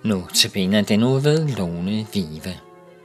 Nu tabiner den ud ved Lone Vive.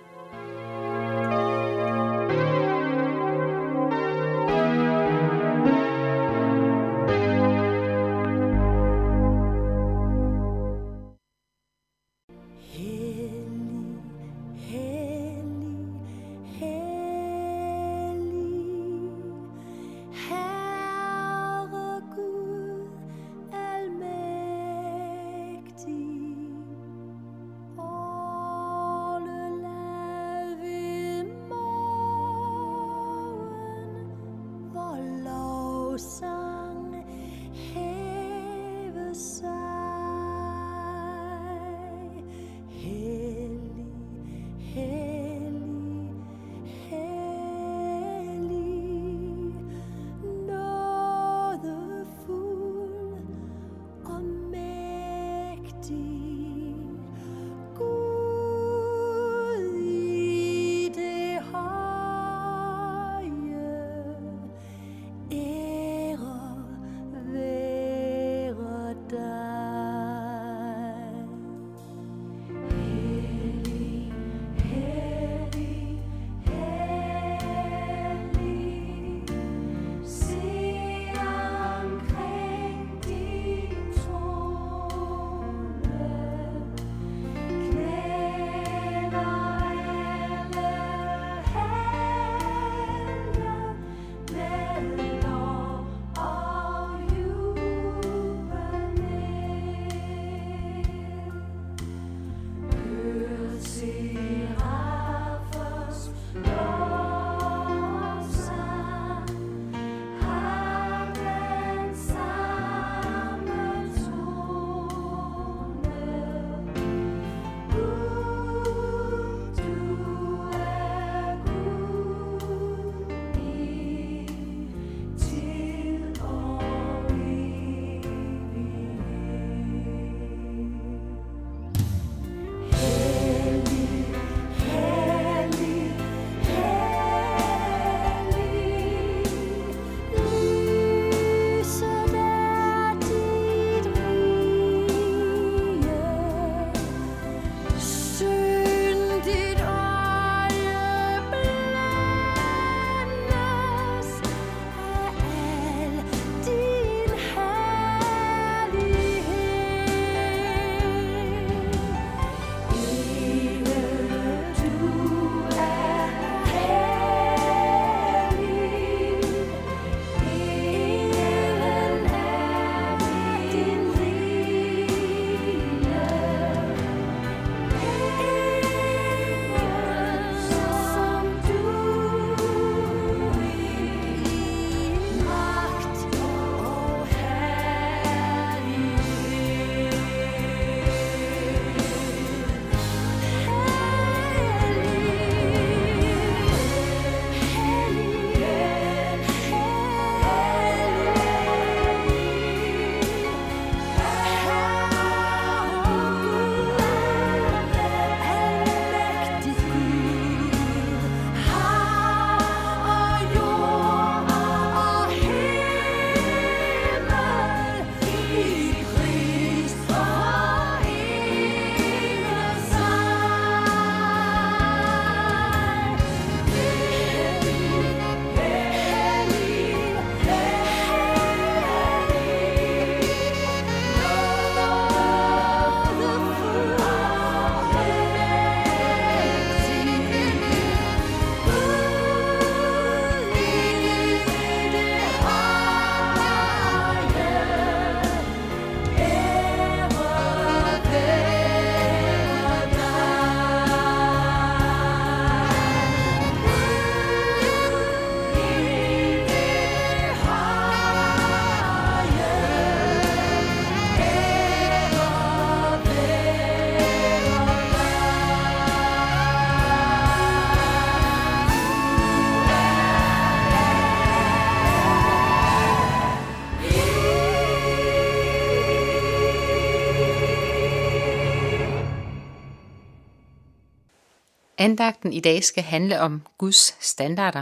Andagten i dag skal handle om Guds standarder.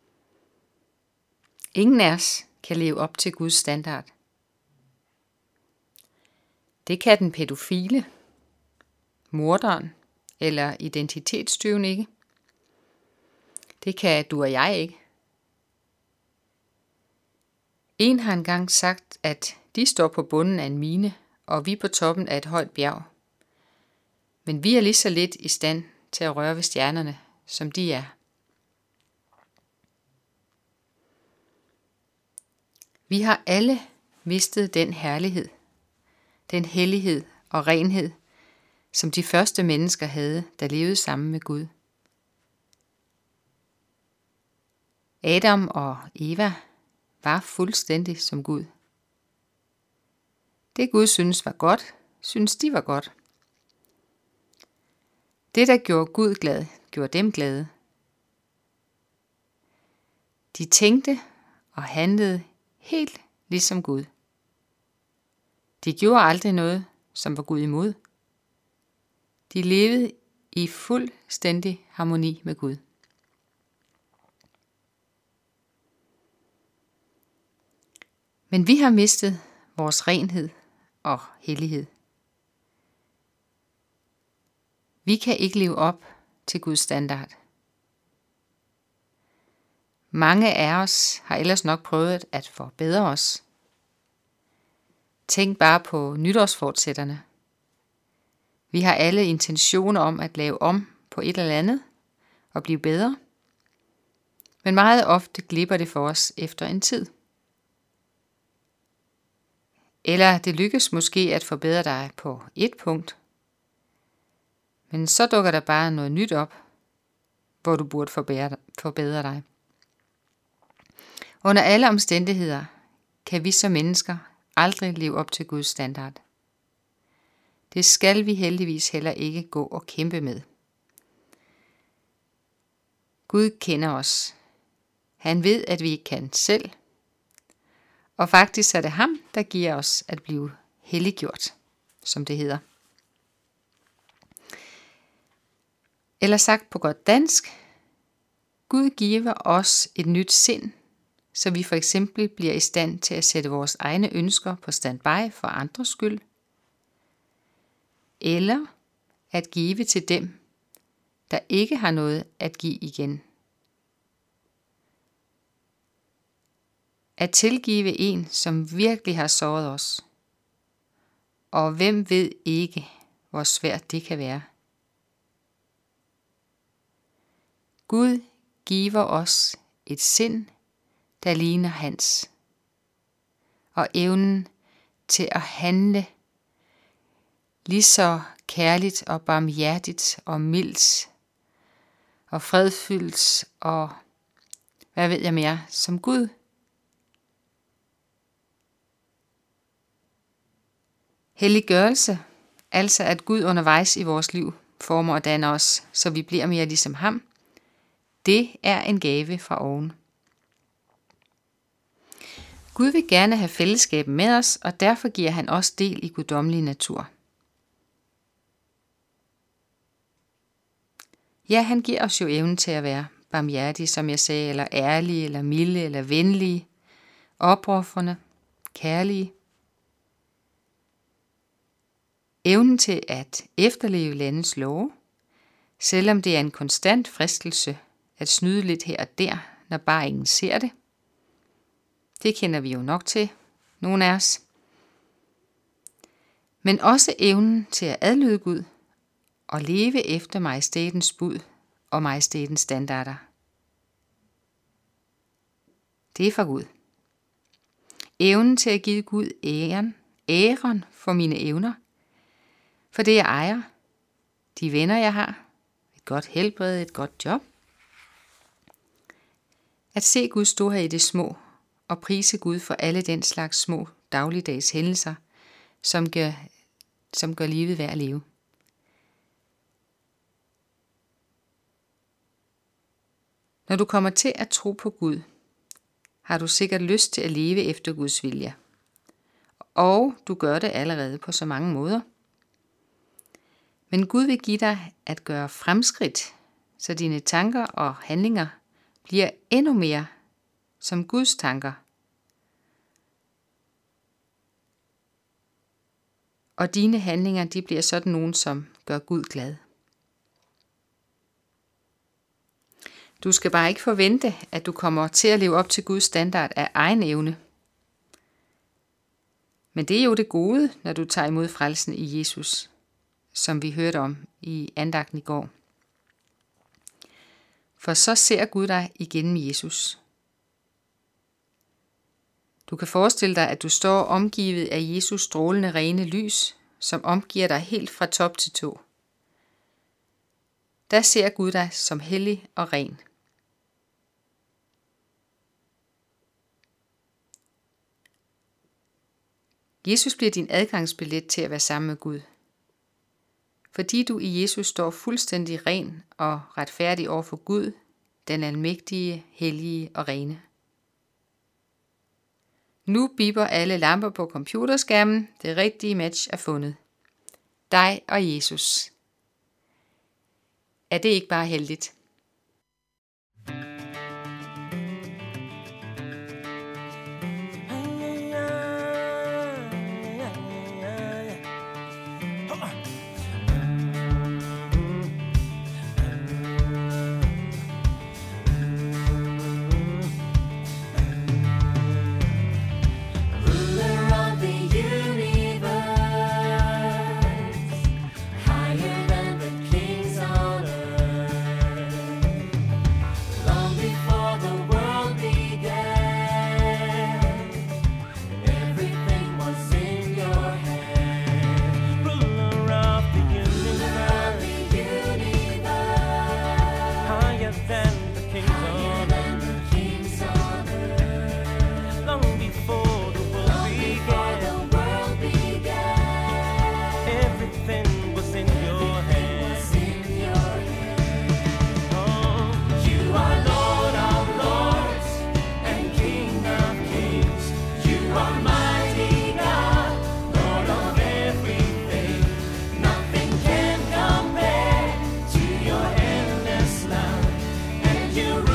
Ingen af os kan leve op til Guds standard. Det kan den pædofile, morderen eller identitetstyven ikke. Det kan du og jeg ikke. En har engang sagt, at de står på bunden af en mine, og vi på toppen af et højt bjerg. Men vi er lige så lidt i stand til at røre ved stjernerne, som de er. Vi har alle mistet den herlighed, den hellighed og renhed, som de første mennesker havde, der levede sammen med Gud. Adam og Eva var fuldstændig som Gud. Det Gud synes var godt, synes de var godt. Det, der gjorde Gud glad, gjorde dem glade. De tænkte og handlede helt ligesom Gud. De gjorde aldrig noget, som var Gud imod. De levede i fuldstændig harmoni med Gud. Men vi har mistet vores renhed og hellighed. Vi kan ikke leve op til Guds standard. Mange af os har ellers nok prøvet at forbedre os. Tænk bare på nytårsfortsætterne. Vi har alle intentioner om at lave om på et eller andet og blive bedre. Men meget ofte glipper det for os efter en tid. Eller det lykkes måske at forbedre dig på et punkt. Men så dukker der bare noget nyt op, hvor du burde forbedre dig. Under alle omstændigheder kan vi som mennesker aldrig leve op til Guds standard. Det skal vi heldigvis heller ikke gå og kæmpe med. Gud kender os. Han ved, at vi ikke kan selv. Og faktisk er det ham, der giver os at blive helliggjort, som det hedder. Eller sagt på godt dansk, Gud giver os et nyt sind, så vi for eksempel bliver i stand til at sætte vores egne ønsker på standby for andres skyld, eller at give til dem, der ikke har noget at give igen. At tilgive en, som virkelig har såret os. Og hvem ved ikke, hvor svært det kan være. Gud giver os et sind, der ligner hans. Og evnen til at handle lige så kærligt og barmhjertigt og mildt og fredfyldt og hvad ved jeg mere, som Gud. Helliggørelse, altså at Gud undervejs i vores liv former og danner os, så vi bliver mere ligesom ham, det er en gave fra oven. Gud vil gerne have fællesskab med os, og derfor giver han også del i guddommelig natur. Ja, han giver os jo evnen til at være barmhjertige, som jeg sagde, eller ærlige, eller milde, eller venlige, opofrende, kærlige. Evnen til at efterleve landets love, selvom det er en konstant fristelse at snyde lidt her og der, når bare ingen ser det. Det kender vi jo nok til, nogle af os. Men også evnen til at adlyde Gud og leve efter majestætens bud og majestætens standarder. Det er fra Gud. Evnen til at give Gud æren for mine evner, for det jeg ejer, de venner jeg har, et godt helbred, et godt job. At se Guds storhed i det små, og prise Gud for alle den slags små dagligdags hændelser, som gør livet værd at leve. Når du kommer til at tro på Gud, har du sikkert lyst til at leve efter Guds vilje. Og du gør det allerede på så mange måder. Men Gud vil give dig at gøre fremskridt, så dine tanker og handlinger bliver endnu mere som Guds tanker. Og dine handlinger, de bliver sådan nogen, som gør Gud glad. Du skal bare ikke forvente, at du kommer til at leve op til Guds standard af egen evne. Men det er jo det gode, når du tager imod frelsen i Jesus, som vi hørte om i andagten i går. For så ser Gud dig igennem Jesus. Du kan forestille dig, at du står omgivet af Jesus strålende rene lys, som omgiver dig helt fra top til tå. Der ser Gud dig som hellig og ren. Jesus bliver din adgangsbillet til at være sammen med Gud. Fordi du i Jesus står fuldstændig ren og retfærdig over for Gud, den almægtige, hellige og rene. Nu bipper alle lamper på computerskærmen. Det rigtige match er fundet. Dig og Jesus. Er det ikke bare heldigt? You